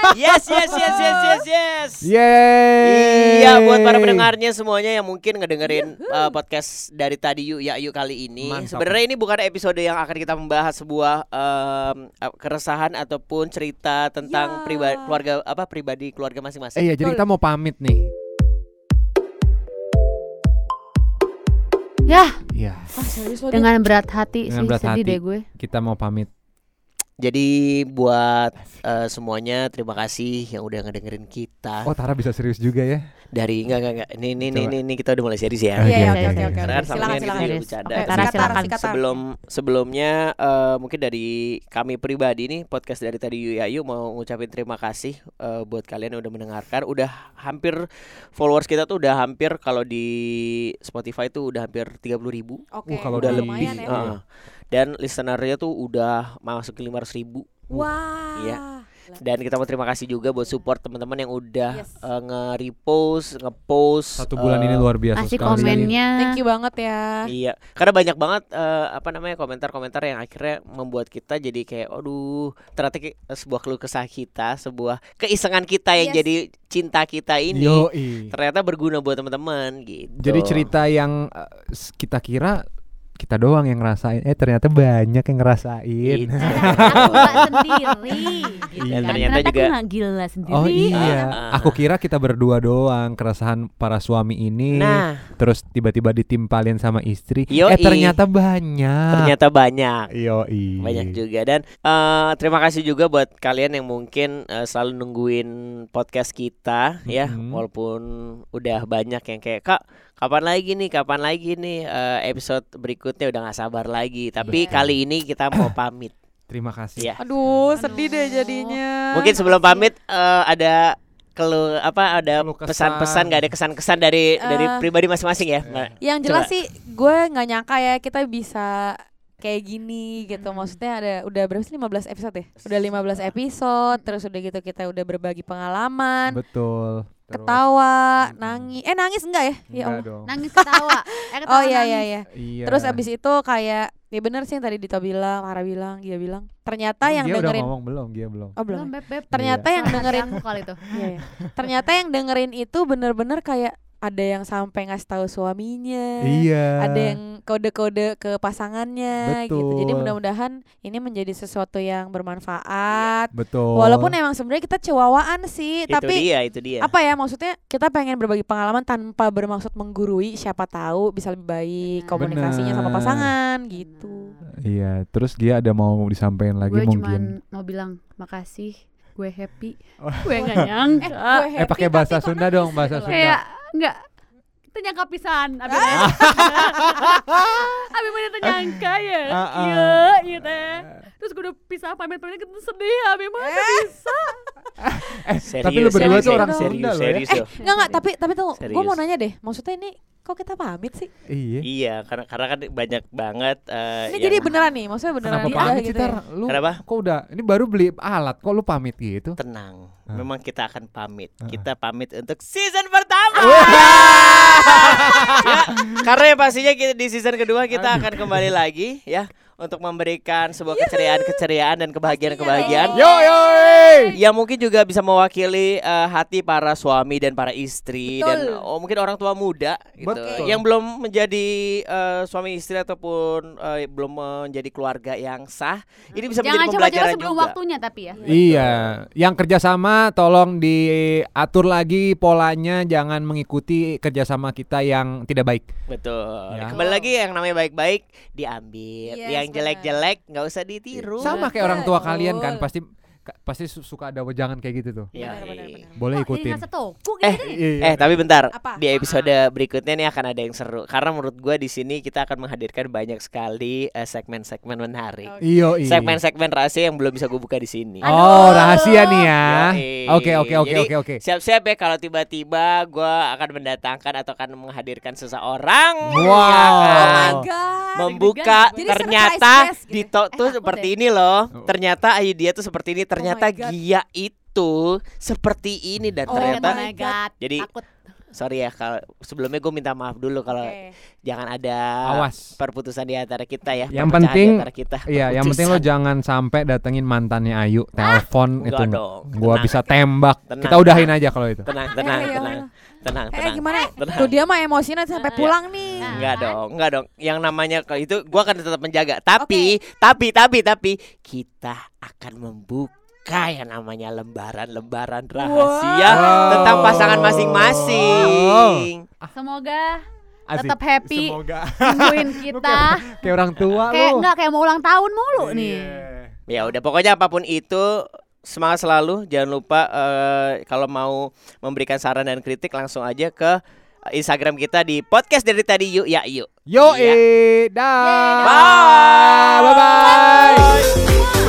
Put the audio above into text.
Yes. Yeay. Iya, buat para pendengarnya semuanya yang mungkin ngedengerin podcast dari tadi Yuk Ya Yuk kali ini. Sebenarnya ini bukan episode yang akan kita membahas sebuah keresahan ataupun cerita tentang keluarga masing-masing. Iya, jadi kita mau pamit nih. Ya, Serius lo, dengan berat hati Dengan sih, berat sedih hati. deh gue. Kita mau pamit. Jadi buat semuanya terima kasih yang udah ngedengerin kita. Oh, Tara bisa serius juga ya. Dari enggak. Coba. Ini kita udah mulai serius ya. Iya, Oke. oke. Karena kan sama Silakan, ini silakan. juga bercanda. Oke, Tara, silakan. silakan. Sebelumnya mungkin dari kami pribadi nih podcast dari tadi Yuk Ya Yuk mau ngucapin terima kasih buat kalian yang udah mendengarkan. Udah hampir followers kita tuh udah hampir kalau di Spotify tuh udah hampir 30.000. Oke, kalau Udah lumayan lebih. ya. Dan listenernya tuh udah masuk ke 500.000. Wah. Iya. Dan kita mau terima kasih juga buat support teman-teman yang udah Yes. nge-repost, nge-post 1 bulan ini luar biasa Kasih sekali. komennya. Thank you banget ya. Iya, karena banyak banget komentar-komentar yang akhirnya membuat kita jadi kayak aduh, ternyata sebuah keluh kesah kita, sebuah keisengan kita yang Yes. jadi cinta kita ini Yoi. ternyata berguna buat teman-teman gitu. Jadi cerita yang kita kira kita doang yang ngerasain, ternyata banyak yang ngerasain. Gitu. Aku gak sendiri gitu Iya. kan. Ternyata Ternyata juga- aku gak gila sendiri. Oh iya, Ah. aku kira kita berdua doang keresahan para suami ini. Nah, Terus tiba-tiba ditimpalin sama istri. Yoi. Ternyata banyak. ternyata banyak. Yoi. Banyak juga. Dan terima kasih juga buat kalian yang mungkin selalu nungguin podcast kita ya, walaupun udah banyak yang kayak Kak kapan lagi nih episode berikutnya, udah gak sabar lagi. Tapi kali ini kita mau pamit. Terima kasih. Ya. Aduh, sedih deh jadinya. Mungkin sebelum pamit ada ada Keluh kesah. pesan-pesan, nggak ada kesan-kesan dari pribadi masing-masing ya. Yang jelas Coba. sih gue nggak nyangka ya kita bisa kayak gini gitu. Maksudnya udah berapa sih, 15 episode ya? Udah 15 episode, terus udah gitu kita udah berbagi pengalaman, Betul. Terus- ketawa, nangis enggak ya? Ya Enggak Allah. dong. Nangis ketawa. Ketawa Oh iya. Iya. Terus abis itu kayak ya bener sih yang tadi Dito bilang, Farah bilang, Gia bilang. Ternyata yang Gia dengerin udah ngomong belum? Oh Belum belum. beb. Ternyata yang dengerin Aku kali itu. Iya, iya. Ternyata yang dengerin itu bener-bener kayak ada yang sampai ngasih tahu suaminya. Iya. Ada yang kode-kode ke pasangannya gitu. Betul. Jadi mudah-mudahan ini menjadi sesuatu yang bermanfaat. Betul. Walaupun emang sebenarnya kita cewawaan sih, Itu tapi dia. apa ya, maksudnya kita pengen berbagi pengalaman tanpa bermaksud menggurui, siapa tahu bisa lebih baik komunikasinya sama Bener. pasangan gitu. Iya. Terus Gia ada mau disampaikan lagi Gue mungkin? cuman mau bilang makasih. Gue happy. Oh. Gue gak nyangka. Pakai bahasa Sunda dong, bahasa Sunda. Kayak enggak. Kita nyangka pisan. Abi mana ternyangka ya. Iya teh. Terus gue udah pisah pamit-pamit kita sedih. Abi mana bisa. Tapi lu berdua tuh orang serius, Sunda loh ya. serius loh. Enggak, tapi tuh gue Serius. mau nanya deh. Maksudnya ini kok kita pamit sih? Iya. Iya, karena kan banyak banget Ini yang- jadi beneran nih, maksudnya beneran Kenapa dia pamit gitu sih, Tar? ya? Lu Kenapa? kok udah ini baru beli alat, kok lu pamit gitu? Tenang, memang kita akan pamit. Kita pamit untuk season pertama. Ya, karena pastinya di season kedua kita akan kembali lagi ya untuk memberikan sebuah keceriaan dan kebahagiaan Yo. yang mungkin juga bisa mewakili hati para suami dan para istri. Betul. Dan mungkin orang tua muda gitu, Betul. yang belum menjadi suami istri ataupun belum menjadi keluarga yang sah. Ini bisa Jangan menjadi coba-coba pembelajaran sebelum juga. waktunya tapi ya. Iya, yang kerjasama tolong diatur lagi polanya, jangan mengikuti kerjasama kita yang tidak baik. Betul. Ya. Kembali lagi yang namanya baik-baik diambil, Yes, yang jelek-jelek nggak usah ditiru. Sama kayak orang tua Betul. kalian kan, pasti suka ada wejangan kayak gitu tuh. Ya, Benar. Boleh Kok jadi ikutin. ngerasa toko Eh, gitu. tapi bentar. Apa? Di episode berikutnya nih akan ada yang seru. Karena menurut gue di sini kita akan menghadirkan banyak sekali segmen-segmen menarik. Iya. Segmen-segmen rahasia yang belum bisa gue buka di sini. Oh, rahasia nih ya. Yoi. Jadi, Oke. Siap-siap ya kalau tiba-tiba gue akan mendatangkan atau akan menghadirkan seseorang Wow. yang Oh my akan god. membuka Jadi ternyata surprise guest gitu. Dito tuh takut seperti deh. ini loh. Ternyata dia tuh seperti ini. Ternyata my God. Gia itu seperti ini dan Oh ternyata my God. jadi Takut. Sorry ya kalau sebelumnya gue minta maaf dulu kalau jangan ada perputusan di antara kita ya. Yang penting yang penting lo Perputusan. jangan sampai datengin mantannya Ayu, telepon itu. Enggak dong. Gua Tenang. bisa tembak. Tenang. Kita udahin aja kalau itu. Tenang. Gimana? Tenang. Tuh dia mah emosi nanti sampai pulang nih. Enggak dong. Yang namanya kalau itu gua akan tetap menjaga. Tapi kita akan membuka yang namanya lembaran rahasia tentang pasangan masing-masing. Semoga Asik. tetap happy. Semoga. Nungguin kita. Kayak orang tua Kayak lo. enggak kayak mau ulang tahun mulu nih. Ya udah pokoknya apapun itu semangat selalu. Jangan lupa kalau mau memberikan saran dan kritik langsung aja ke Instagram kita di podcast dari tadi yuk. Yo, dah. Bye. Bye.